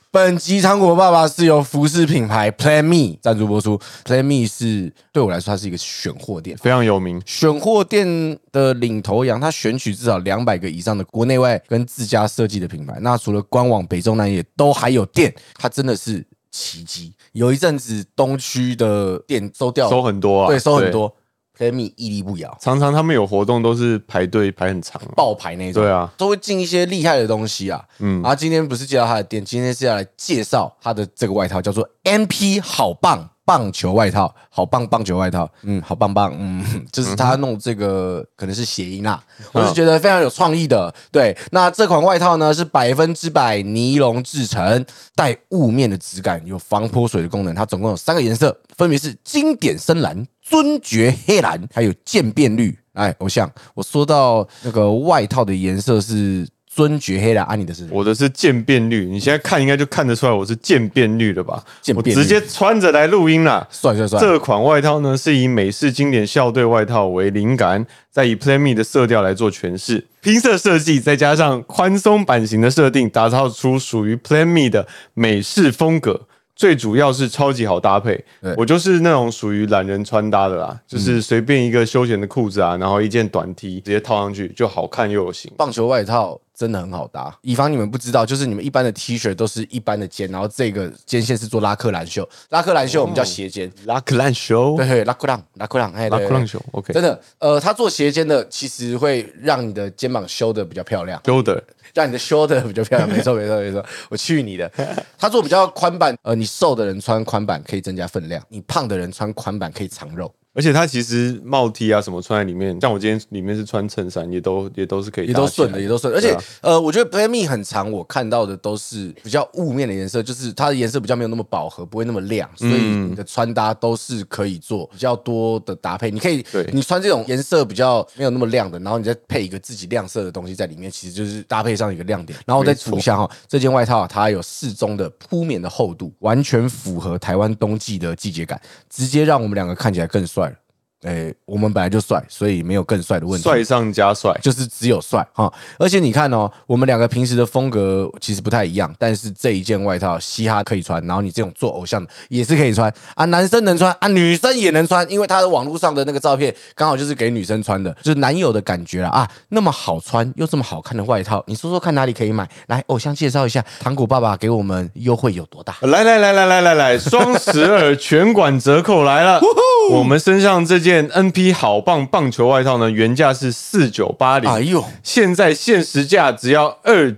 本集糖果爸爸是由服饰品牌 Plan Me 赞助播出。Plan Me 是对我来说，它是一个选货店， 非常有名。 选货店的领头羊，它选取至少200个以上的国内外跟自家设计的品牌。那除了官网北中南也都还有店，它真的是奇迹。有一阵子东区的店收掉了， 收很多啊， 对，收很多。Plan Me 屹立不摇， 常常他们有活动都是排队排很长， 爆牌那种， 对啊， 都会进一些厉害的东西啊。然后今天不是介绍他的店，今天是要来介绍他的这个外套，叫做 MP 好棒棒球外套，好棒棒球外套，好棒棒，就是他弄这个可能是谐音啦，我是觉得非常有创意的。对，那这款外套呢是100%尼龙制成，带雾面的质感，有防泼水的功能。它总共有3个颜色，分别是经典深蓝、尊爵黑蓝，还有渐变绿。哎，偶像，我说到那个外套的颜色是尊爵黑蓝，你的是？ 我的是渐变绿，你现在看应该就看得出来我是渐变绿了吧？我直接穿着来录音啦， 帅。 这款外套呢是以美式经典校队外套为灵感，再以 Plan Me 的色调来做诠释，拼色设计再加上宽松版型的设定，打造出属于 Plan Me 的美式风格。最主要是超级好搭配，我就是那种属于懒人穿搭的啦，就是随便一个休闲的裤子啊，然后一件短 T 直接套上去就好看又有型。 棒球外套真的很好搭，以防你们不知道，就是你们一般的 T 恤都是一般的肩，然后这个肩线是做拉克兰袖，拉克兰袖我们叫斜肩， 拉克兰袖， 对，拉克兰袖 ，OK， 真的，它做斜肩的其实会让你的肩膀修的比较漂亮 ，shoulder。 让你的 shoulder 比较漂亮，没错，我去你的。它做比较宽版，你瘦的人穿宽版可以增加分量，你胖的人穿宽版可以藏肉。 而且它其实帽 T 啊什么穿在里面，像我今天里面是穿衬衫，也都是可以， 也都顺的，也都顺。而且我觉得 Plan Me 很长，我看到的都是比较雾面的颜色，就是它的颜色比较没有那么饱和，不会那么亮，所以你的穿搭都是可以做比较多的搭配。你可以，你穿这种颜色比较没有那么亮的，然后你再配一个自己亮色的东西在里面，其实就是搭配上一个亮点。然后我再补一下哈，这件外套它有适中的铺棉的厚度，完全符合台湾冬季的季节感，直接让我们2个看起来更帅了。我们本来就帅，所以没有更帅的问题， 帅上加帅， 就是只有帅哈。而且你看哦，我们2个平时的风格其实不太一样，但是这一件外套嘻哈可以穿，然后你这种做偶像的也是可以穿啊，男生能穿啊，女生也能穿，因为他的网络上的那个照片刚好就是给女生穿的，就是男友的感觉啦啊，那么好穿又这么好看的外套，你说说看哪里可以买？来，偶像介绍一下，糖果爸爸给我们优惠有多大？ 来，双12全馆折扣来了。我们身上这件 NP 好棒棒球外套呢，原价是4980， 哎呦， 现在限时价只要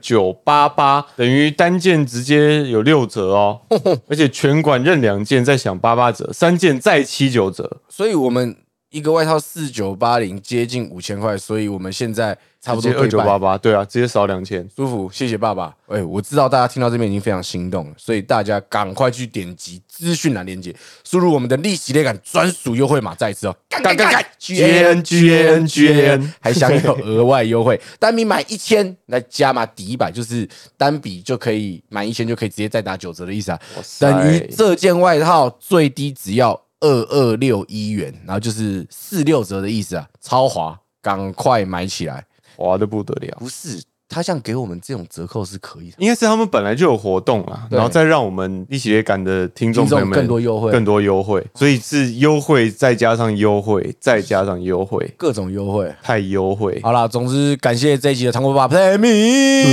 2988，等于单件直接有6折哦，而且全馆认2件再享88折，3件再79折， 所以我们一个外套4980，接近5000块，所以我们现在差不多 2988，对啊，直接少2000， 舒服，谢谢爸爸。我知道大家听到这边已经非常心动了，所以大家赶快去点击资讯栏连结，输入我们的利息类感专属优惠码，再一次哦，GAN， 还享有额外优惠，单笔买1000来加码抵100，就是单笔就可以买1000就可以直接再打9折的意思啊，等于这件外套最低只要2261元，然后就是46折的意思啊，超划，赶快买起来。 划得不得了， 不是他像给我们这种折扣是可以的， 应该是他们本来就有活动啦，然后再让我们一起感的听众朋友们更多优惠， 所以是优惠再加上优惠再加上优惠， 各种优惠， 太优惠。 好啦，总之感谢这一集的糖果爸爸 Plan Me。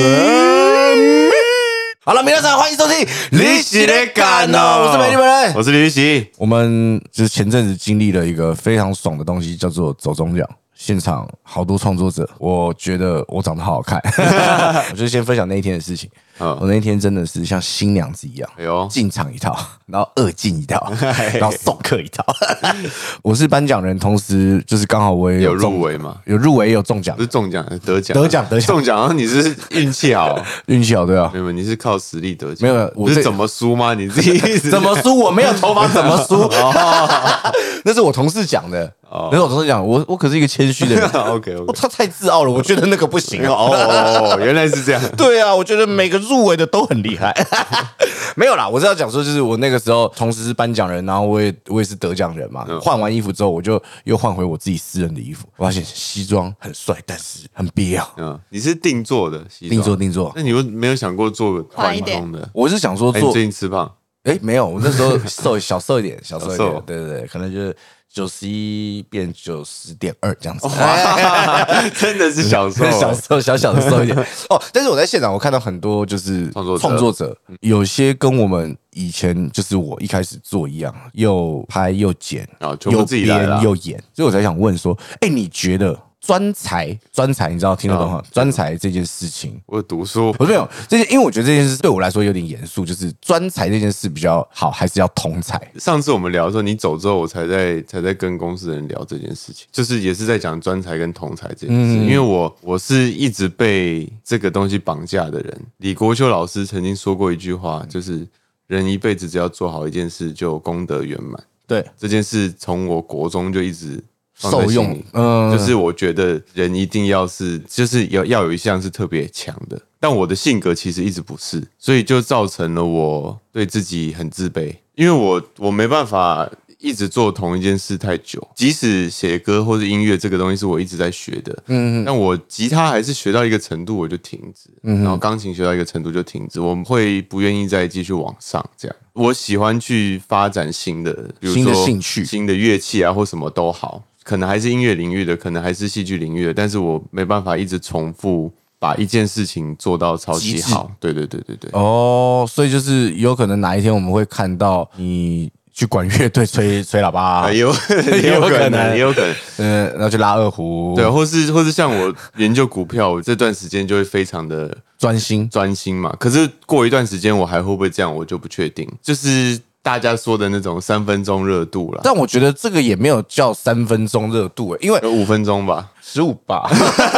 好了，皆さん欢迎收听利息的感哦，我是美丽本人， 我是李利息。 我们就是前阵子经历了一个非常爽的东西，叫做走中奖。现场好多创作者，我觉得我长得好好看，我就先分享那一天的事情。我那天真的是像新娘子一样，进场一套，然后2进一套，然后送客一套。我是颁奖人，同时就是刚好我也有入围嘛， 有入围也有中奖， 不是中奖得奖，中奖，然后你是运气好， 运气好对啊， 没有，你是靠实力得奖， 没有， 我是怎么输吗？你自己怎么输？我没有头发怎么输？那是我同事讲的。那是我同事讲，我可是一个谦虚的人。 OK， 他太自傲了，我觉得那个不行。 原来是这样。 对啊，我觉得每个入围的都很厉害。 没有啦，我是要讲说，就是我那个时候同时是颁奖人，然后我也是得奖人嘛。换完衣服之后，我就又换回我自己私人的衣服，我发现西装很帅，但是很必要。 你是定做的西装， 定做。 那你没有想过做宽松的？ 我是想说做。 你最近吃胖？ 没有，我那时候小瘦一点，对，可能就是91变90.2这样子。 真的是小瘦， 小小的瘦一点哦。但是我在现场，我看到很多就是创作者，有些跟我们以前就是我一开始做一样，又拍又剪，又编又演，所以我才想问说，你觉得？专才，你知道听得懂吗？专才这件事情， 我读书， 没有这件，因为我觉得这件事对我来说有点严肃，就是专才这件事比较好，还是要通才？ 上次我们聊的时候，你走之后，我才在跟公司的人聊这件事情，就是也是在讲专才跟通才这件事。因为我是一直被这个东西绑架的人。李国修老师曾经说过一句话，就是人一辈子只要做好一件事，就功德圆满。 对， 这件事从我国中就一直受用， 就是我觉得人一定要是，就是要有一项是特别强的，但我的性格其实一直不是，所以就造成了我对自己很自卑，因为我没办法一直做同一件事太久，即使写歌或是音乐这个东西是我一直在学的，但我吉他还是学到一个程度我就停止，然后钢琴学到一个程度就停止，我会不愿意再继续往上这样。我喜欢去发展新的，比如说新的兴趣、 新的乐器啊，或什么都好。可能还是音乐领域的，可能还是戏剧领域的，但是我没办法一直重复把一件事情做到超级好。对。 哦，所以就是有可能哪一天我们会看到你去管乐队吹喇叭， 也有可能， 然后去拉二胡， 对，或是像我研究股票，我这段时间就会非常的专心嘛。可是过一段时间我还会不会这样，我就不确定。就是大家说的那种3分钟热度啦， 但我觉得这个也没有叫3分钟热度，因为有5分钟吧 ，15吧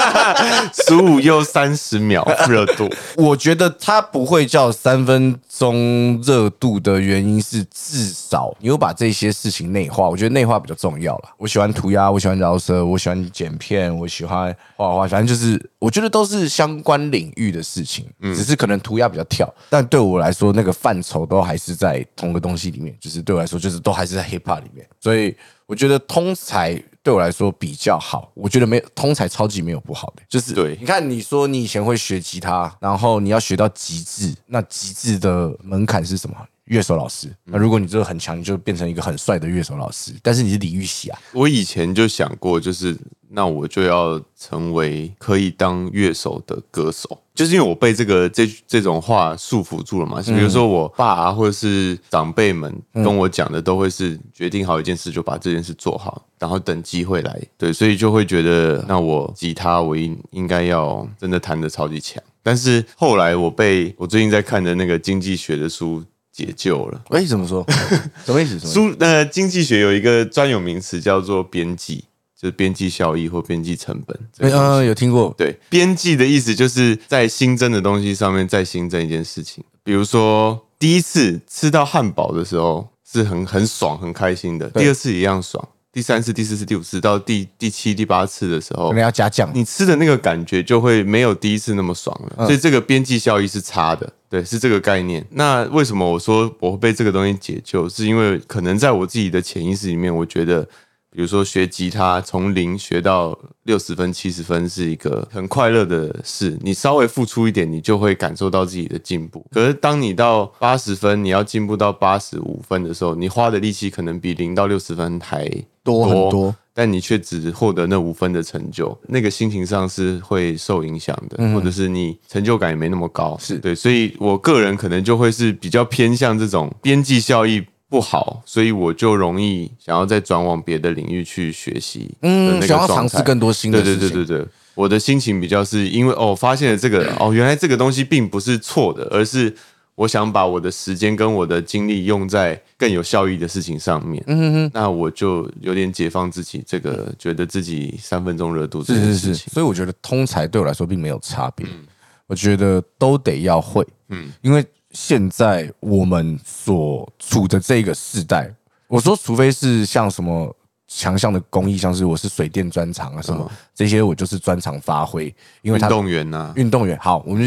，15又30秒热度。 我觉得它不会叫3分钟热度的原因是，至少你有把这些事情内化，我觉得内化比较重要啦。我喜欢涂鸦，我喜欢饶舌，我喜欢剪片，我喜欢画画，反正就是我觉得都是相关领域的事情，只是可能涂鸦比较跳，但对我来说那个范畴都还是在同个东西里面，就是对我来说就是都还是在 hip hop 里面，所以我觉得通才对我来说比较好。我觉得没有通才超级没有不好的，就是对，你看你说你以前会学吉他，然后你要学到极致，那极致的门槛是什么？乐手老师。那如果你这个很强，你就变成一个很帅的乐手老师，但是你是李玉玺啊。 我以前就想过，就是那我就要成为可以当乐手的歌手，就是因为我被这种话束缚住了嘛。比如说我爸或者是长辈们跟我讲的，都会是决定好一件事就把这件事做好，然后等机会来。对，所以就会觉得，那我吉他我应该要真的弹得超级强。但是后来我最近在看的那个经济学的书解救了。 怎么说？什么意思？ 经济学有一个专有名词叫做边际，就是边际效益或边际成本。 有听过。 对，边际的意思就是在新增的东西上面再新增一件事情。比如说第一次吃到汉堡的时候是很爽很开心的，第二次一样爽，第3次、第4次、第5次到第7、第8次的时候， 可能要加酱， 你吃的那个感觉就会没有第一次那么爽了。所以这个边际效益是差的。对，是这个概念。那为什么我说我会被这个东西解救？是因为可能在我自己的潜意识里面，我觉得，比如说学吉他，从0学到60分、70分是一个很快乐的事。你稍微付出一点，你就会感受到自己的进步。可是当你到80分，你要进步到85分的时候，你花的力气可能比0到60分还多很多。 但你却只获得那5分的成就，那个心情上是会受影响的，或者是你成就感也没那么高， 是对，所以我个人可能就会是比较偏向这种边际效益不好，所以我就容易想要再转往别的领域去学习， 想要尝试更多新的事情。 对，我的心情比较是因为发现了这个原来这个东西并不是错的，而是我想把我的时间跟我的精力用在更有效益的事情上面，那我就有点解放自己，这个觉得自己3分钟热度这件事情。 是，所以我觉得通才对我来说并没有差别，我觉得都得要会，因为现在我们所处的这个世代，我说除非是像什么强项的工艺，像是我是水电专长啊什么，这些我就是专长发挥，因为运动员啊， 运动员好，我们就讲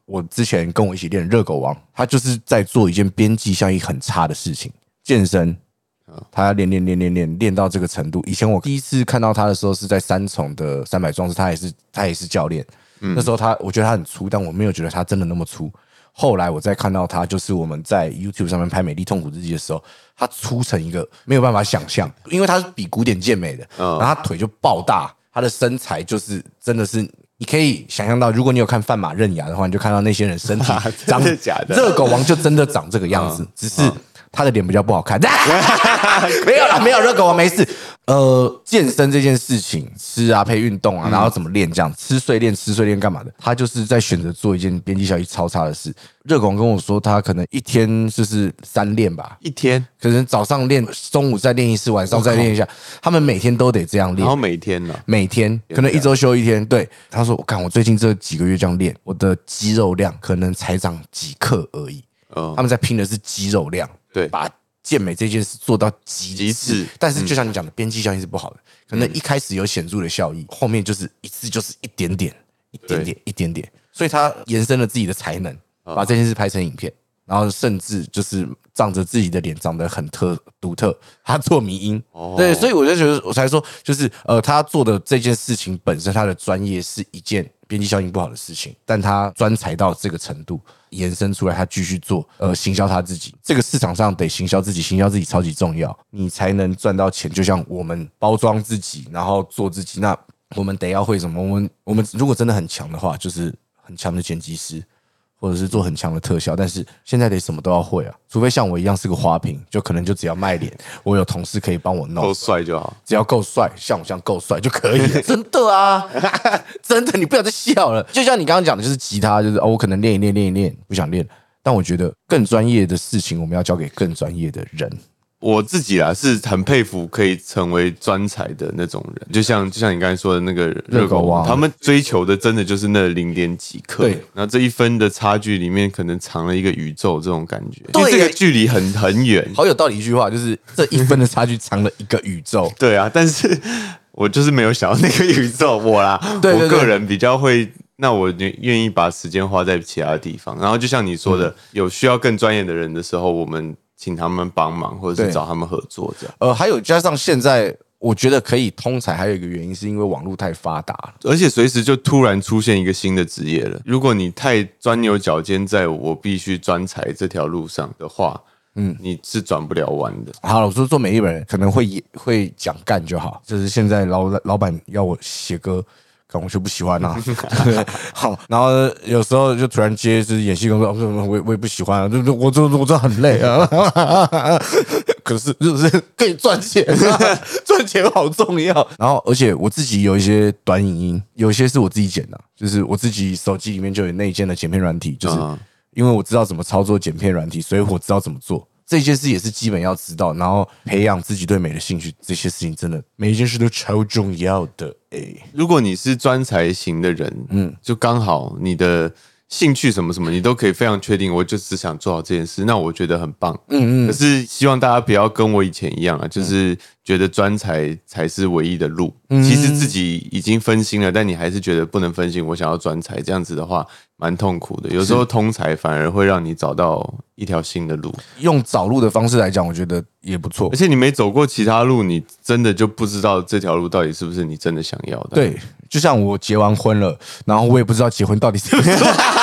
我之前跟我一起练热狗王，他就是在做一件边际效益很差的事情，健身。他练到这个程度。以前我第一次看到他的时候是在三重的300壮士，他也是教练。那时候我觉得他很粗，但我没有觉得他真的那么粗。后来我再看到他，就是我们在 YouTube 上面拍《美丽痛苦日记》的时候，他粗成一个没有办法想象，因为他是比古典健美的，然后他腿就爆大，他的身材就是真的是。你可以想象到，如果你有看范马刃牙的话，你就看到那些人身体长真的假的？ 热狗王就真的长这个样子，只是他的脸比较不好看。没有啦，没有热狗王没事。健身这件事情，吃啊配运动啊，然后怎么练这样，吃睡练干嘛的？他就是在选择做一件边际效益超差的事。热狗王跟我说，他可能一天就是3练吧， 一天可能早上练，中午再练一次，晚上再练一下。他们每天都得这样练， 然后每天呢？ 每天可能1周休1天。对，他说：“我看我最近这几个月这样练，我的肌肉量可能才长几克而已。”他们在拼的是肌肉量， 对， 把健美这件事做到极致。但是就像你讲的，边际效应是不好的，可能一开始有显著的效益，后面就是一次就是一点点，所以他延伸了自己的才能，把这件事拍成影片。然后甚至就是仗着自己的脸长得很独特，他做迷因，对，所以我就觉得我才说，就是他做的这件事情本身，他的专业是一件边际效应不好的事情，但他专才到这个程度，延伸出来，他继续做行销他自己。这个市场上得行销自己超级重要，你才能赚到钱。就像我们包装自己，然后做自己，那我们得要会什么？我们如果真的很强的话，就是很强的剪辑师。或者是做很强的特效，但是现在得什么都要会啊，除非像我一样是个花瓶，就可能就只要卖脸，我有同事可以帮我弄， 够帅就好， 只要够帅，像我这样够帅就可以了。真的啊，真的，你不要再笑了。就像你刚刚讲的，就是吉他，就是我可能练一练，不想练，但我觉得更专业的事情，我们要交给更专业的人。 我自己啦是很佩服可以成为专才的那种人，就像你刚才说的那个热狗王，他们追求的真的就是那0.几克，对，然后这1分的差距里面可能藏了一个宇宙，这种感觉，因为这个距离很远， 好有道理一句话，就是这1分的差距藏了一个宇宙。 对啊，但是我就是没有想到那个宇宙，我啦，对我个人比较会。那我愿意把时间花在其他地方，然后就像你说的，有需要更专业的人的时候，我们请他们帮忙，或者是找他们合作这样。 还有加上现在，我觉得可以通才，还有一个原因是因为网络太发达了， 而且随时就突然出现一个新的职业了。如果你太钻牛角尖，在我必须专才这条路上的话，你是转不了弯的。 好，我说做美艺人可能会讲干就好，就是现在老板要我写歌。我就不喜欢啊，好，然后有时候就突然接就是演戏工作，我也不喜欢啊，我真的很累啊，可是就是可以赚钱啊，赚钱好重要。然后而且我自己有一些短影音，有一些是我自己剪的，就是我自己手机里面就有内建的剪片软体，就是因为我知道怎么操作剪片软体，所以我知道怎么做。这件事也是基本要知道，然后培养自己对美的兴趣，这些事情真的每一件事都超重要的。 如果你是专才型的人，就刚好你的兴趣什么什么，你都可以非常确定，我就只想做好这件事，那我觉得很棒。可是希望大家不要跟我以前一样啊，就是觉得专才才是唯一的路。其实自己已经分心了，但你还是觉得不能分心，我想要专才，这样子的话蛮痛苦的。有时候通才反而会让你找到一条新的路。用找路的方式来讲，我觉得也不错。 而且你没走过其他路，你真的就不知道这条路到底是不是你真的想要的。 对，就像我结完婚了，然后我也不知道结婚到底是不是。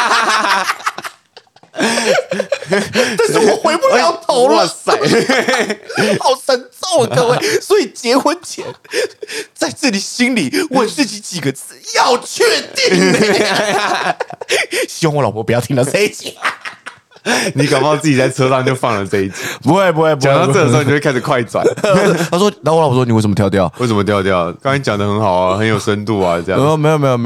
但是我回不了头了，哇塞，好沉重啊，各位！所以结婚前，在这里心里问自己几个字：要确定。希望我老婆不要听到这一集。 你搞不好自己在车上就放了这一集， 不会。 讲到这的时候，你就会开始快转。 他说，然后我老婆说：“你为什么跳掉？ 为什么跳掉？刚才讲的很好啊，很有深度啊，这样。” 没有吧？没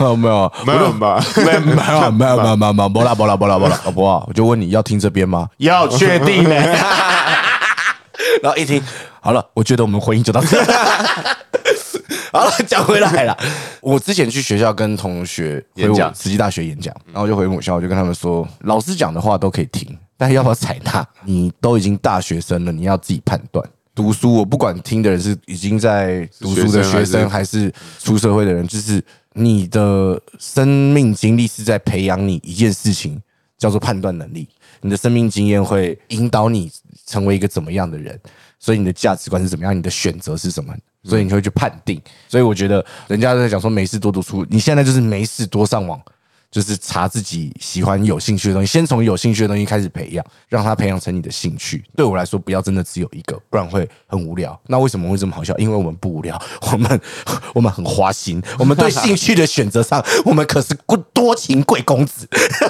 有，老婆，我就问你要听这边吗？要确定呢。然后一听，好了，我觉得我们婚姻就到这。好了，讲回来了。我之前去学校跟同学演讲，慈济大学演讲，然后我就回母校，我就跟他们说，老师讲的话都可以听，但要不要采纳，你都已经大学生了，你要自己判断。 读书，我不管听的人是已经在读书的学生还是出社会的人，就是你的生命经历是在培养你一件事情，叫做判断能力。你的生命经验会引导你成为一个怎么样的人，所以你的价值观是怎么样，你的选择是什么，所以你会去判定。所以我觉得人家在讲说没事多读书，你现在就是没事多上网，就是查自己喜欢有兴趣的东西，先从有兴趣的东西开始培养，让它培养成你的兴趣。对我来说，不要真的只有一个，不然会很无聊。那为什么会这么好笑？因为我们不无聊，我们很花心，我们对兴趣的选择上，我们可是多情贵公子。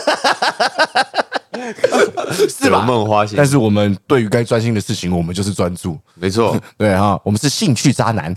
是吧？ 梦花心， 但是我们对于该专心的事情，我们就是专注。 没错， 对哈，我们是兴趣渣男。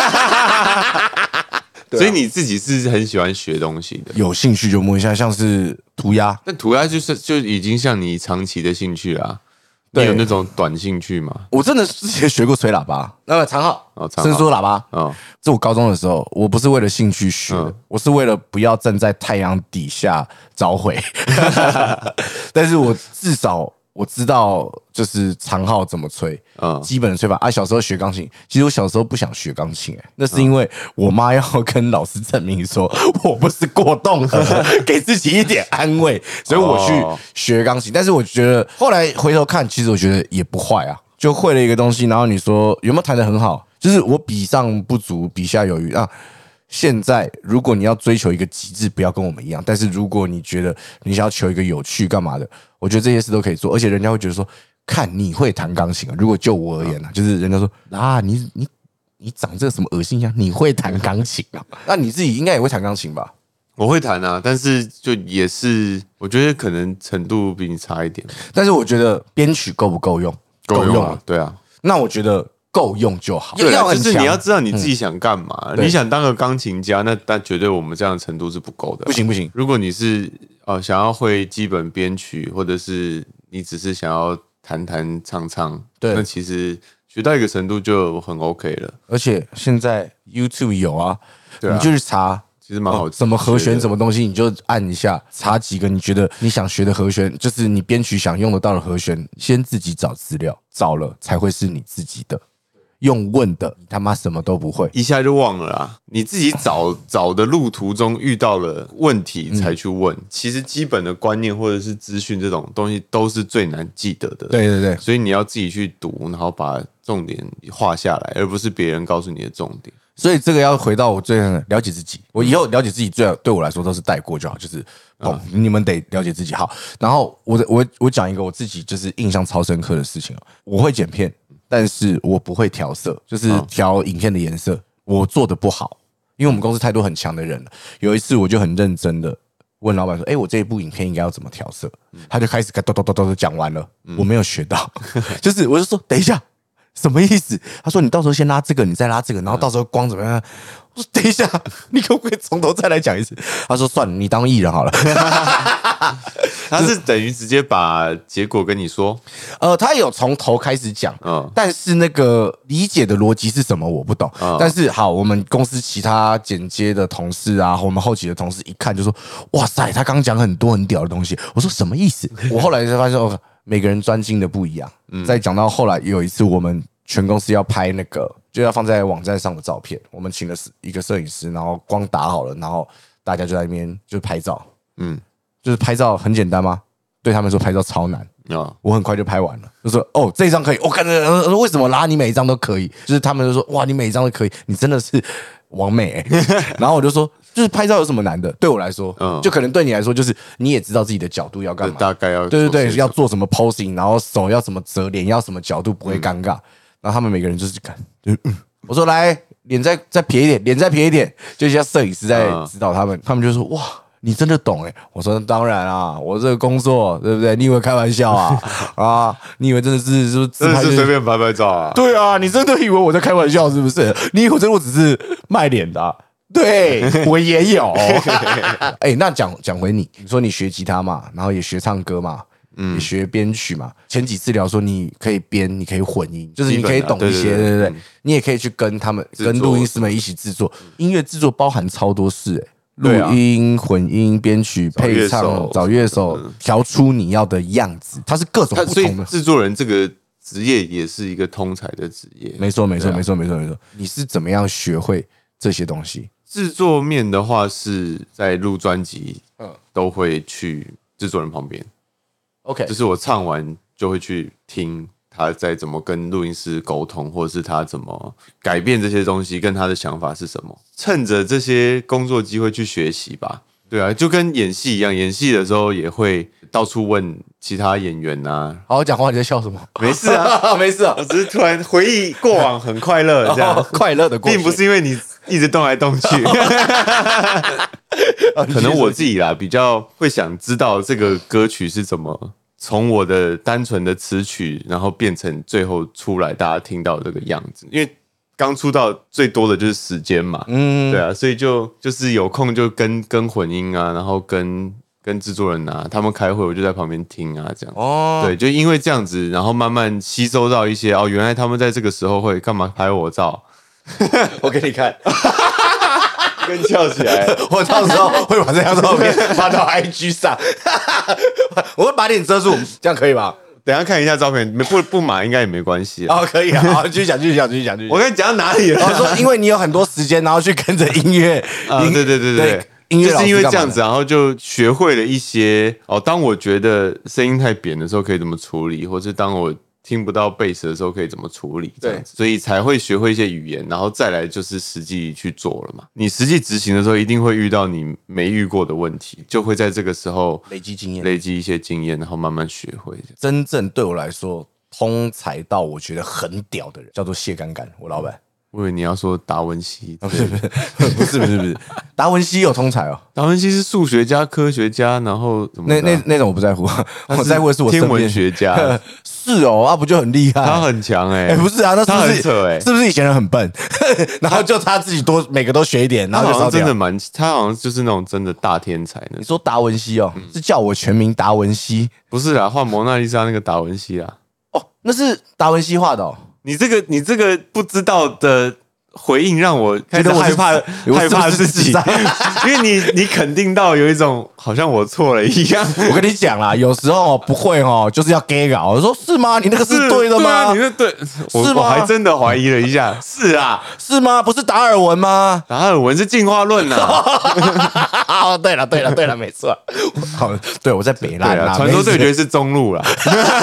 所以你自己是很喜欢学东西的， 有兴趣就摸一下，像是涂鸦。 但涂鸦就已经像你长期的兴趣啦。你有那种短兴趣吗？ 我真的之前学过吹喇叭，那个长号伸缩喇叭。这我高中的时候，我不是为了兴趣学的，我是为了不要站在太阳底下着火。但是我至少我知道就是长号怎么吹，基本的吹法啊。小时候学钢琴，其实我小时候不想学钢琴，那是因为我妈要跟老师证明说我不是过动儿，给自己一点安慰，所以我去学钢琴。但是我觉得后来回头看，其实我觉得也不坏啊，就会了一个东西，然后你说有没有弹得很好？就是我比上不足，比下有余啊。现在，如果你要追求一个极致，不要跟我们一样。但是如果你觉得你想要求一个有趣干嘛的，我觉得这些事都可以做。而且人家会觉得说，看你会弹钢琴啊。如果就我而言呢，就是人家说啊，你长这个什么恶心样，你会弹钢琴啊？那你自己应该也会弹钢琴吧？ 我会弹啊，但是就也是，我觉得可能程度比你差一点。 但是我觉得编曲够不够用？ 够用啊，对啊。 那我觉得够用就好。 对，就是你要知道你自己想干嘛。你想当个钢琴家，那但绝对我们这样的程度是不够的。 不行不行， 如果你是想要会基本编曲，或者是你只是想要弹弹唱唱，那其实学到一个程度就很 OK 了。 而且现在 YouTube 有啊，你就去查。 其实蛮好， 什么和弦什么东西，你就按一下，查几个你觉得你想学的和弦，就是你编曲想用得到的和弦，先自己找资料，找了才会是你自己的。用问的，你他妈什么都不会， 一下就忘了啦。你自己找的路途中遇到了问题才去问，其实基本的观念或者是资讯这种东西都是最难记得的。 对对对， 所以你要自己去读，然后把重点画下来，而不是别人告诉你的重点。 所以这个要回到我最了解自己，我以后了解自己对我来说都是带过就好，就是你们得了解自己好。然后我讲一个我自己就是印象超深刻的事情，我会剪片，但是我不会调色，就是调影片的颜色，我做的不好，因为我们公司太多很强的人了。有一次我就很认真的问老板说：“我这一部影片应该要怎么调色？”他就开始咚讲完了，我没有学到，就是我就说等一下。什么意思？他说：“你到时候先拉这个，你再拉这个，然后到时候光怎么样？”我说：“等一下，你可不可以从头再来讲一次？”他说：“算了，你当艺人好了。” 他是等于直接把结果跟你说， 他有从头开始讲，但是那个理解的逻辑是什么我不懂。但是好，我们公司其他剪接的同事啊，我们后期的同事一看就说：“哇塞，他刚讲很多很屌的东西。”我说：“什么意思？”我后来才发现每个人专精的不一样。再讲到后来有一次，我们全公司要拍那个就要放在网站上的照片，我们请了一个摄影师，然后光打好了，然后大家就在那边就拍照。就是拍照很简单吗？对他们说拍照超难。我很快就拍完了，就说这一张可以。我看着为什么拉你每一张都可以？就是他们就说哇，你每一张都可以，你真的是完美。然后我就说，就是拍照有什么难的？对我来说，就可能对你来说，就是你也知道自己的角度要干嘛， 大概要对，要做什么 posing， 然后手要怎么折，脸要什么角度不会尴尬。然后他们每个人就是看，我说来脸再撇一点，脸再撇一点，就像摄影师在指导他们，他们就说哇。你真的懂我说当然啊，我这个工作对不对？你以为开玩笑啊？你以为真的是真的是随便拍拍照啊？ 对啊，你真的以为我在开玩笑是不是？你以为我只是卖脸的对我也有。那讲回你说你学吉他嘛，然后也学唱歌嘛，也学编曲嘛。前几次聊说你可以编，你可以混音，就是你可以懂一些，对不对？你也可以去跟他们跟录音师们一起制作。音乐制作包含超多事录音、混音、编曲、配唱、找乐手，调出你要的样子，它是各种不同的。 所以制作人这职业也是一个通才的职业。 没错。你是怎么样学会这些东西？ 制作面的话是在录专辑，都会去制作人旁边。 OK， 就是我唱完就会去听他在怎么跟录音师沟通，或者是他怎么改变这些东西，跟他的想法是什么。趁着这些工作机会去学习吧。对啊，就跟演戏一样，演戏的时候也会到处问其他演员啊。 好好讲话，你在笑什么？ 没事啊， 没事啊， 我只是突然回忆过往，很快乐这样， 快乐的过去， 并不是因为你一直动来动去。可能我自己啦，比较会想知道这个歌曲是怎么从我的单纯的词曲，然后变成最后出来大家听到这个样子，因为刚出道最多的就是时间嘛，对啊，所以就是有空就跟混音啊，然后跟制作人啊，他们开会我就在旁边听啊，这样对，就因为这样子，然后慢慢吸收到一些原来他们在这个时候会干嘛拍我照， 我给你看。 跟翘起来， 我到时候会把这张照片发到 IG 上，我会把脸遮住，这样可以吗？ 等一下看一下照片，不码应该也没关系可以啊，好，继续讲。 我跟你讲到哪里了？ 我说，因为你有很多时间，然后去跟着音乐对， 音乐就是因为这样子，然后就学会了一些当我觉得声音太扁的时候可以怎么处理，或是当我听不到贝斯的时候可以怎么处理，这样子，所以才会学会一些语言，然后再来就是实际去做了嘛。你实际执行的时候，一定会遇到你没遇过的问题，就会在这个时候累积经验， 累积一些经验，然后慢慢学会。 真正对我来说，通才到我觉得很屌的人，叫做谢干干，我老板。 我以为你要说达文西， 不是，达文西有通才哦。 达文西是数学家、科学家，然后怎么那种我不在乎，我在乎的是我天文学家。 是哦，不就很厉害？ 他很强不是啊，那是不是他很扯是不是以前人很笨，然后就他自己每个都学一点，然后就烧掉。 他好像就是那种真的大天才呢。 你说达文西是叫我全名达文西？ 不是啦，画蒙娜丽莎那个达文西啦。 那是达文西画的哦。 你这个不知道的回应让我开始害怕自己，因为你肯定到有一种好像我错了一样。 我跟你讲啦，有时候不会就是要 gay 搞。我说是吗？你那个是对的吗？ 你那对，我还真的怀疑了一下。是啊， 是吗？不是达尔文吗？ 达尔文是进化论啊。 对了，没错。好，对我在北烂啦。 传说对决是中路啦。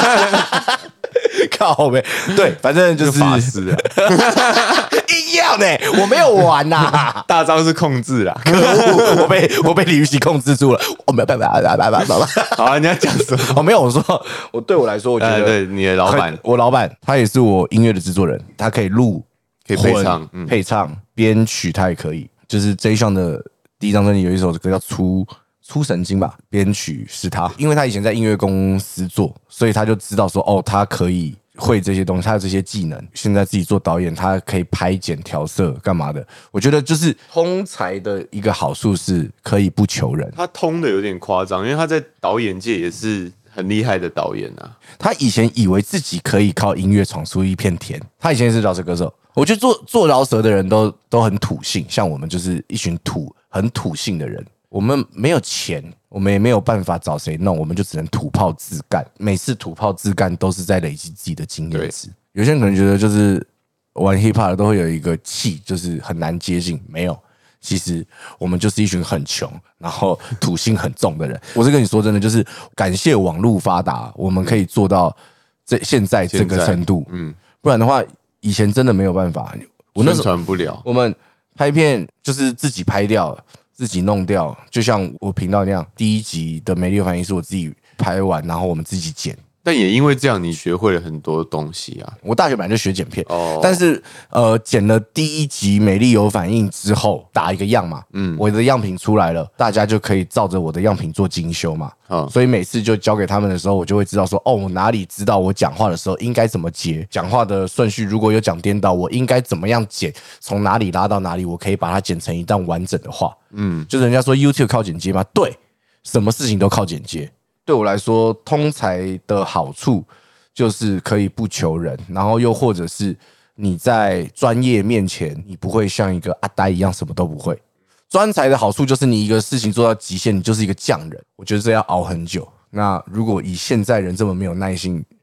靠呗，对，反正就是法师啊， 硬要呢，我没有玩呐， 大招是控制啦， 可恶，我被李玉玺控制住了，我没有办法， 好啊，你要讲什么？ 没有，我说对我来说，我觉得对你的老板， 我老板他也是我音乐的制作人，他可以录， 可以配唱，编曲他也可以，就是 J. Sean 的第一张专辑有一首歌叫出神经吧，编曲是他，因为他以前在音乐公司做，所以他就知道说他可以会这些东西，他有这些技能。现在自己做导演，他可以拍剪调色干嘛的。我觉得就是通才的一个好处是可以不求人。 他通的有点夸张，因为他在导演界也是很厉害的导演啊。 他以前以为自己可以靠音乐闯出一片天。他以前是饶舌歌手，我觉得做饶舌的人都很土性，像我们就是一群很土性的人。我们没有钱，我们也没有办法找谁弄，我们就只能土炮自干。每次土炮自干都是在累积自己的经验值。有些人可能觉得就是玩 hiphop 的都会有一个气，就是很难接近。没有，其实我们就是一群很穷，然后土性很重的人。我是跟你说真的，就是感谢网络发达，我们可以做到现在这个程度。不然的话，以前真的没有办法。我那时候宣传不了， 我们拍片就是自己拍掉。自己弄掉，就像我频道那样，第一集的美丽反应是我自己拍完，然后我们自己剪。 但也因为这样，你学会了很多东西啊。 我大学本来就学剪片，但是剪了第一集美丽有反应之后，打一个样嘛，我的样品出来了，大家就可以照着我的样品做精修嘛。所以每次就交给他们的时候，我就会知道说，我哪里知道我讲话的时候应该怎么接，讲话的顺序如果有讲颠倒，我应该怎么样剪，从哪里拉到哪里，我可以把它剪成一段完整的话。就是人家说 YouTube 靠剪接嘛，对，什么事情都靠剪接。对我来说，通才的好处就是可以不求人，然后又或者是你在专业面前，你不会像一个阿呆一样什么都不会。专才的好处就是你一个事情做到极限，你就是一个匠人。我觉得这要熬很久。那如果以现在人这么没有耐性，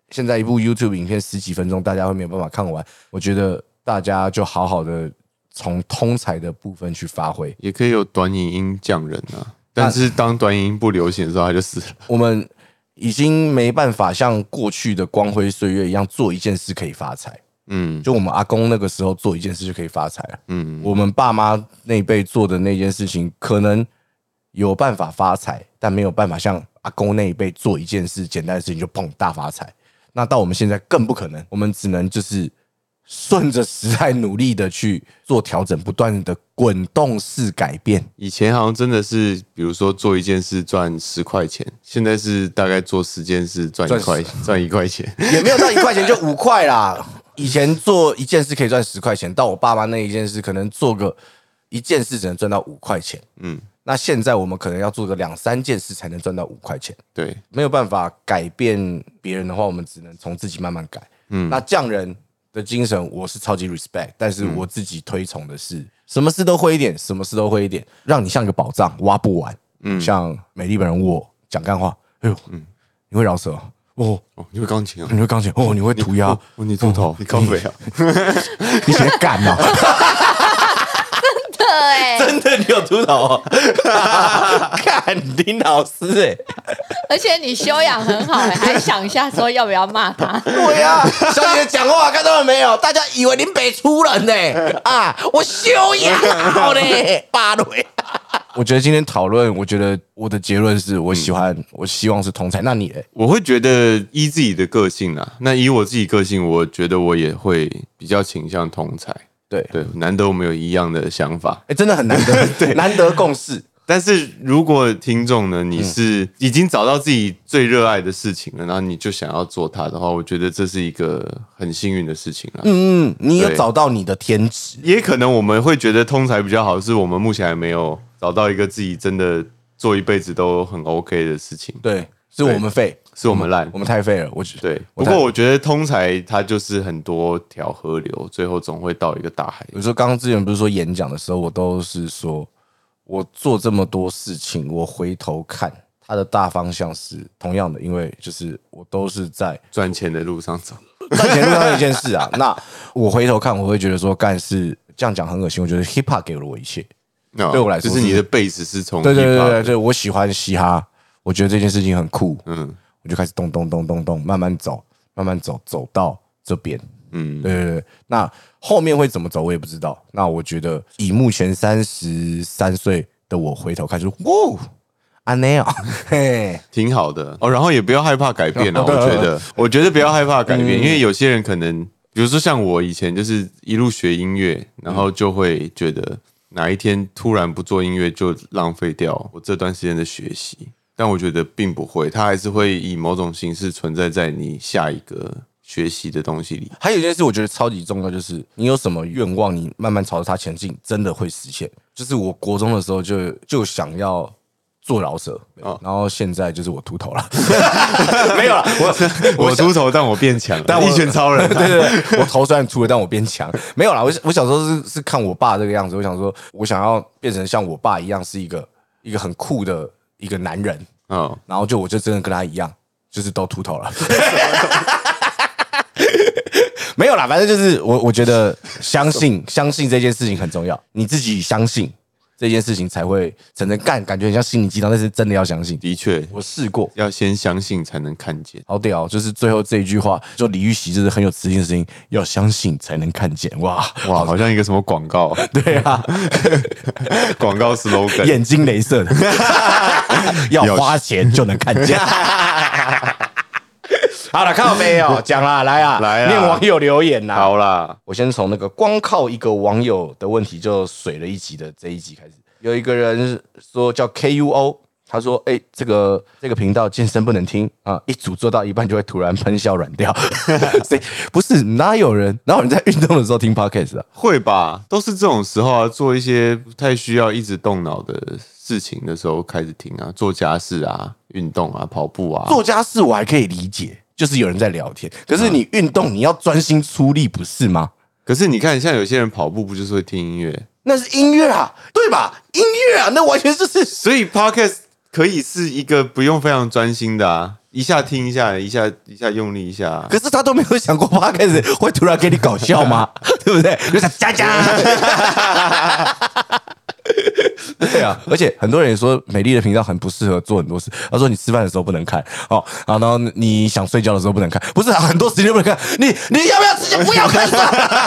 现在一部 YouTube 影片10几分钟，大家会没有办法看完。我觉得大家就好好的从通才的部分去发挥， 也可以有短影音匠人啊。但是当短影音不流行的时候，他就死了。 我们已经没办法像过去的光辉岁月一样做一件事可以发财。就我们阿公那个时候做一件事就可以发财了。我们爸妈那一辈做的那件事情，可能有办法发财，但没有办法像阿公那一辈做一件事简单的事情就砰大发财。那到我们现在更不可能，我们只能就是顺着时代努力的去做调整，不断的滚动式改变。 以前好像真的是，比如说做一件事赚10块钱，现在是大概做10件事赚1块钱， 也没有到1块钱就5块啦。以前做一件事可以赚10块钱，到我爸妈那一件事，可能做个一件事只能赚到5块钱。那现在我们可能要做个2、3件事才能赚到5块钱。 对， 没有办法改变别人的话，我们只能从自己慢慢改。那匠人的精神我是超级 respect， 但是我自己推崇的是什么事都会一点，什么事都会一点，让你像个宝藏挖不完。像美丽本人我讲干话，哎呦，你会饶舌哦， 你会钢琴啊？ 你会钢琴哦，你会涂鸦， 你秃头，你高飞啊？ 你写干啊？真的，你有秃头哦？看林老师哎， 而且你修养很好哎，还想一下说要不要骂他？ 对啊，小姐讲话看到了没有？大家以为林北出人呢啊，我修养好嘞，巴雷。我觉得今天讨论，我觉得我的结论是我喜欢，我希望是同才。那你嘞？ 我会觉得依自己的个性啦，那以我自己个性，我觉得我也会比较倾向同才。 对， 难得我们有一样的想法， 真的很难得，对，难得共识。 但是如果听众呢，你是已经找到自己最热爱的事情了，然后你就想要做它的话，我觉得这是一个很幸运的事情啦。 你有找到你的天职， 也可能我们会觉得通才比较好，是我们目前还没有找到一个自己真的做一辈子都很 OK 的事情。 对，是我们废， 是我们烂， 我们太废了。我觉得对，不过我觉得通才它就是很多条河流，最后总会到一个大海。 比如说刚刚之前不是说演讲的时候，我都是说我做这么多事情，我回头看它的大方向是同样的，因为就是我都是在赚钱的路上走， 赚钱路上的一件事啊。那我回头看，我会觉得说，干是这样讲很恶心。我觉得 hip hop 给了我一切，对我来说， 就是你的 base 是从 hip hop，对，我喜欢嘻哈，我觉得这件事情很酷，我就开始咚咚咚咚咚，慢慢走，走到这边。对，那后面会怎么走我也不知道。那我觉得以目前33岁的我回头看，就哇，安内啊， 挺好的哦。然后也不要害怕改变啊，我觉得不要害怕改变，因为有些人可能，比如说像我以前就是一路学音乐，然后就会觉得哪一天突然不做音乐就浪费掉我这段时间的学习。但我觉得并不会，它还是会以某种形式存在在你下一个学习的东西里。 还有一件事我觉得超级重要，就是你有什么愿望，你慢慢朝着它前进，真的会实现。就是我国中的时候就想要做饶舌，然后现在就是我秃头了，没有了， 我秃头，但我变强了，但一拳超人， 对，我头虽然秃了，但我变强，没有啦。我小时候是看我爸这个样子，我想说，我想要变成像我爸一样，是一个很酷的一个男人，然后我就真的跟他一样，就是都秃头了。没有啦，反正就是我觉得相信这件事情很重要，你自己相信这件事情才会真正干，感觉很像心灵鸡汤，但是真的要相信。 的确， 我试过， 要先相信才能看见。 好屌，就是最后这一句话，就李玉玺就是很有磁性的声音，要相信才能看见。哇， 好像一个什么广告。 对啊， 广告 slogan， 眼睛雷射的，要花钱就能看见。好了，靠北哦，讲啦，来啊，念网友留言啦。 好啦， 我先从那个光靠一个网友的问题就水了一集的这一集开始。有一个人说叫 KUO， 他说：“这个频道健身不能听啊，一组做到一半就会突然喷笑软掉。”不是哪有人在运动的时候听 podcast 啊？ 会吧，都是这种时候啊，做一些不太需要一直动脑的事情的时候开始听啊，做家事啊、运动啊、跑步啊。 做家事我还可以理解。就是有人在聊天，可是你运动你要专心出力，不是吗？ 可是你看，像有些人跑步不就是会听音乐？ 那是音乐啊，对吧？音乐啊，那完全就是。 所以 podcast 可以是一个不用非常专心的啊， 一下听一下，一下用力一下。 可是他都没有想过 podcast 会突然给你搞笑吗？对不对？就是加加。对啊，而且很多人也说美丽的频道很不适合做很多事。他说你吃饭的时候不能看哦，然后你想睡觉的时候不能看，不是很多时间不能看。你要不要直接不要看？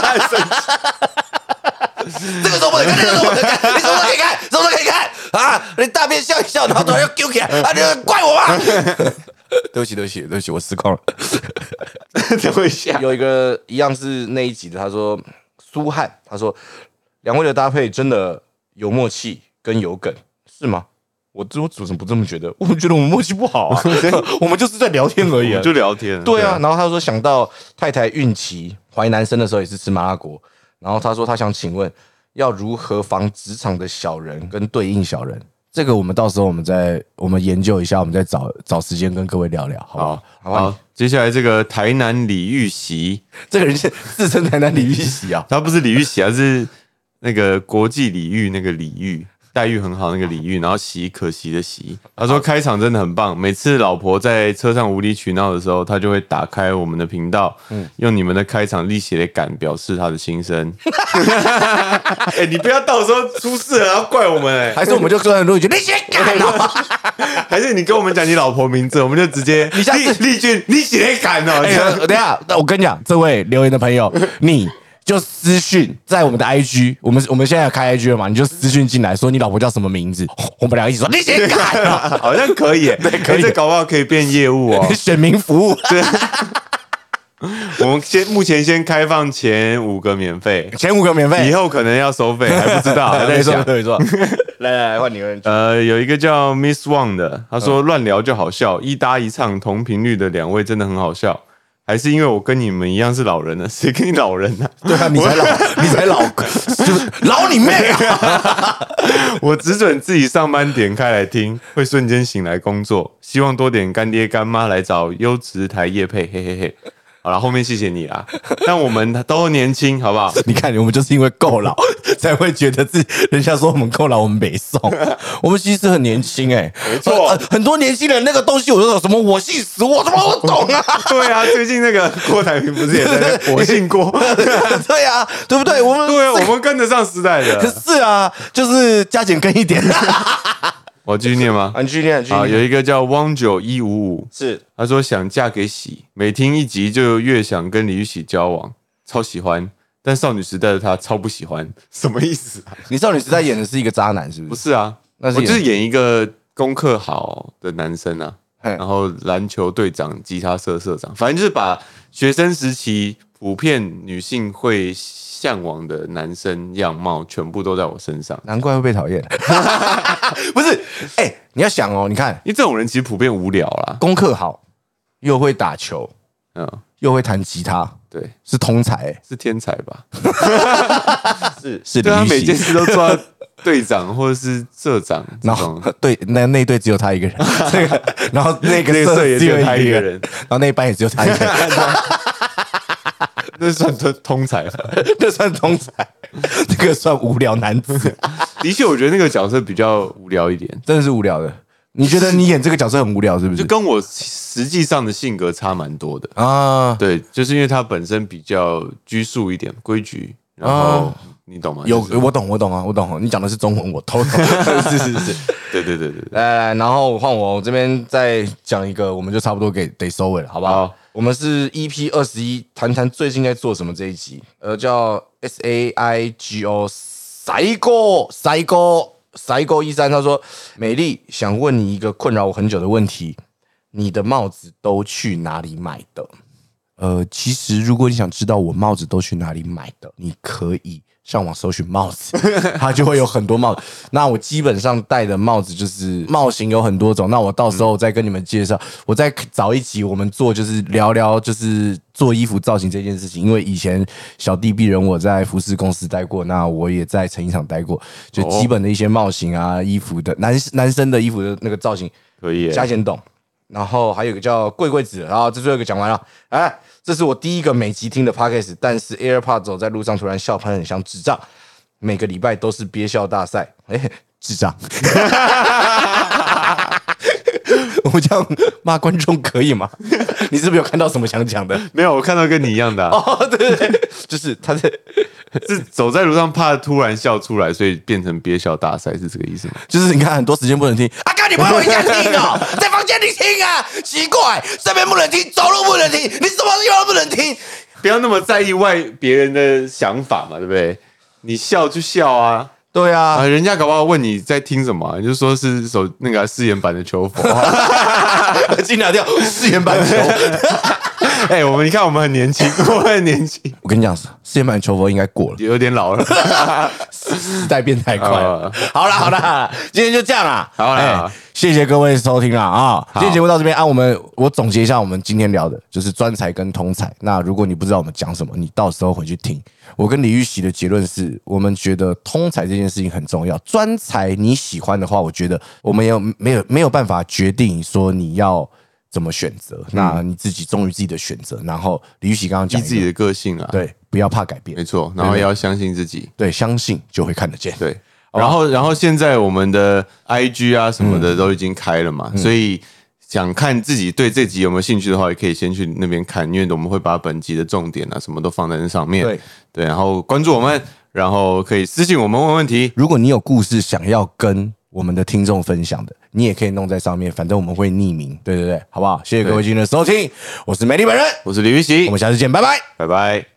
这个时候不能看，那个时候不能看，你什么都可以看，什么都可以看啊！你大便笑一笑，然后突然又丢起来啊！你怪我吗？对不起，我失控了。 等一下， 有一个一样是那一集的，他说苏汉，他说两位的搭配真的有默契跟有梗，是吗？我怎么不这么觉得？我们觉得我们默契不好啊，我们就是在聊天而已、啊， 就聊天。 对啊，然后他说想到太太孕期怀男生的时候也是吃麻辣锅，然后他说他想请问要如何防职场的小人跟对应小人？这个我们到时候我们研究一下，我们再找时间跟各位聊聊，好不好？ 好，接下来这个台南李玉玺， 这个人是自称台南李玉玺啊， 他不是李玉玺啊，是那个国际礼遇那个礼遇。待遇很好那个礼遇，然后可惜的惜。他说开场真的很棒，每次老婆在车上无理取闹的时候，他就会打开我们的频道，用你们的开场力血的感表示他的心声。你不要到时候出事了然后怪我们还是我们就说很多句你写感哦， 还是你跟我们讲你老婆名字，我们就直接你下次丽君你写感哦。 等一下，我跟你讲，这位留言的朋友，你就私讯在我们的 IG， 我们现在开 IG 了嘛？你就私讯进来说你老婆叫什么名字，我们两个一起说你写敢啊， 好像可以，对，可以，这搞不好可以变业务哦， 选民服务。对， 我们目前先开放前5个免费，以后可能要收费，还不知道，还在想。 没错，来换你问。 有一个叫 Miss Wang 的，他说乱聊就好笑，一搭一唱同频率的2位真的很好笑。还是因为我跟你们一样是老人呢？谁跟你老人呢、 对啊，你才老，就是老你妹啊！ 我只准自己上班点开来听，会瞬间醒来工作。希望多点干爹干妈来找优质台业配，嘿嘿嘿。好了，后面谢谢你啦。但我们都年轻，好不好？ 你看，我们就是因为够老，才会觉得人家说我们够老，我们没送。我们其实很年轻没错。 很多年轻人那个东西，我说什么我姓史，我他妈我懂啊。 对啊，最近那个郭台铭不是也在我姓郭？ 对啊，对不对？我们跟得上时代的。 是啊，就是加减跟一点。 我继续念吗？ 你继续念。 好，有一个叫汪9155， 是他说想嫁给喜，每听一集就越想跟李玉玺交往，超喜欢。但少女时代的他超不喜欢，什么意思啊？ 你少女时代演的是一个渣男，是不是？ 不是啊，我就是演一个功课好的男生啊，然后篮球队长、吉他社社长，反正就是把学生时期普遍女性会向往的男生样貌全部都在我身上， 难怪会被讨厌。不是，你要想哦，你看， 因为这种人其实普遍无聊啦， 功课好，又会打球，又会弹吉他， 对， 是通才， 是天才吧？ 是， 对他每件事都做到队长或者是社长， 然后对那一队只有他一个人，然后那个社也只有他一个人， 然后那一班也只有他一个人。 那算通才了， 那算通才，这个算无聊男子。 的确，我觉得那个角色比较无聊一点， 真的是无聊的。你觉得你演这个角色很无聊，是不是？ 就跟我实际上的性格差蛮多的啊。 对，就是因为他本身比较拘束一点，规矩，然后你懂吗？ 我懂。你讲的是中文，我都懂。是，对。来，然后换我这边再讲一个，我们就差不多得收尾了，好不好？我们是 EP21，谈谈最近在做什么这一集，叫 SAIGO Saigo 13，他说：美丽想问你一个困扰我很久的问题，你的帽子都去哪里买的？其实如果你想知道我帽子都去哪里买的，你可以上网搜寻帽子，它就会有很多帽子。那我基本上戴的帽子就是帽型有很多种，那我到时候再跟你们介绍。我再找一集我们做，就是聊聊就是做衣服造型这件事情。因为以前小弟鄙人我在服饰公司待过，那我也在成衣厂待过，就基本的一些帽型啊、衣服的男生的衣服的那个造型可以加减懂。然后还有一个叫贵子，然后这最后一个讲完了。这是我第一个每集听的 podcast， 但是 AirPods 走在路上突然笑喷很像智障，每个礼拜都是憋笑大赛，智障。 我们这样骂观众可以吗？你是不是有看到什么想讲的？ 没有，我看到跟你一样的、啊， 哦，对对对，就是他在， 是走在路上怕突然笑出来，所以变成憋笑大赛，是这个意思吗？ 就是你看很多时间不能听，啊，哥你不会回家听哦，在房间里听啊，奇怪，这边不能听，走路不能听，你什么地方都不能听。 不要那么在意别人的想法嘛，对不对？你笑就笑啊。 对啊， 人家搞不好问你在听什么、啊，你就说是那个誓言版的求佛、啊， 尽量掉誓言版求。 哎、你看我们很年轻，我们很年轻。 我跟你讲，誓言版求佛应该过了， 有点老了， 时代变太快了。好啦，今天就这样啦。 好啦， 谢谢各位收听啦啊！今天节目到这边啊，我总结一下我们今天聊的，就是专才跟通才。那如果你不知道我们讲什么，你到时候回去听。我跟李玉玺的结论是，我们觉得通才这件事情很重要，专才你喜欢的话，我觉得我们没有办法决定说你要怎么选择，那你自己忠于自己的选择。然后李玉玺刚刚讲依自己的个性啊， 对，不要怕改变， 没错，然后也要相信自己， 对，相信就会看得见， 对。然后现在我们的 IG 啊什么的都已经开了嘛，所以想看自己对这集有没有兴趣的话，也可以先去那边看，因为我们会把本集的重点啊什么都放在那上面。对，然后关注我们，然后可以私信我们问问题。 如果你有故事想要跟我们的听众分享的，你也可以弄在上面，反正我们会匿名。对，好不好？谢谢各位今天的收听，我是美丽本人， 我是李玉玺， 我们下次见，拜拜， 拜拜。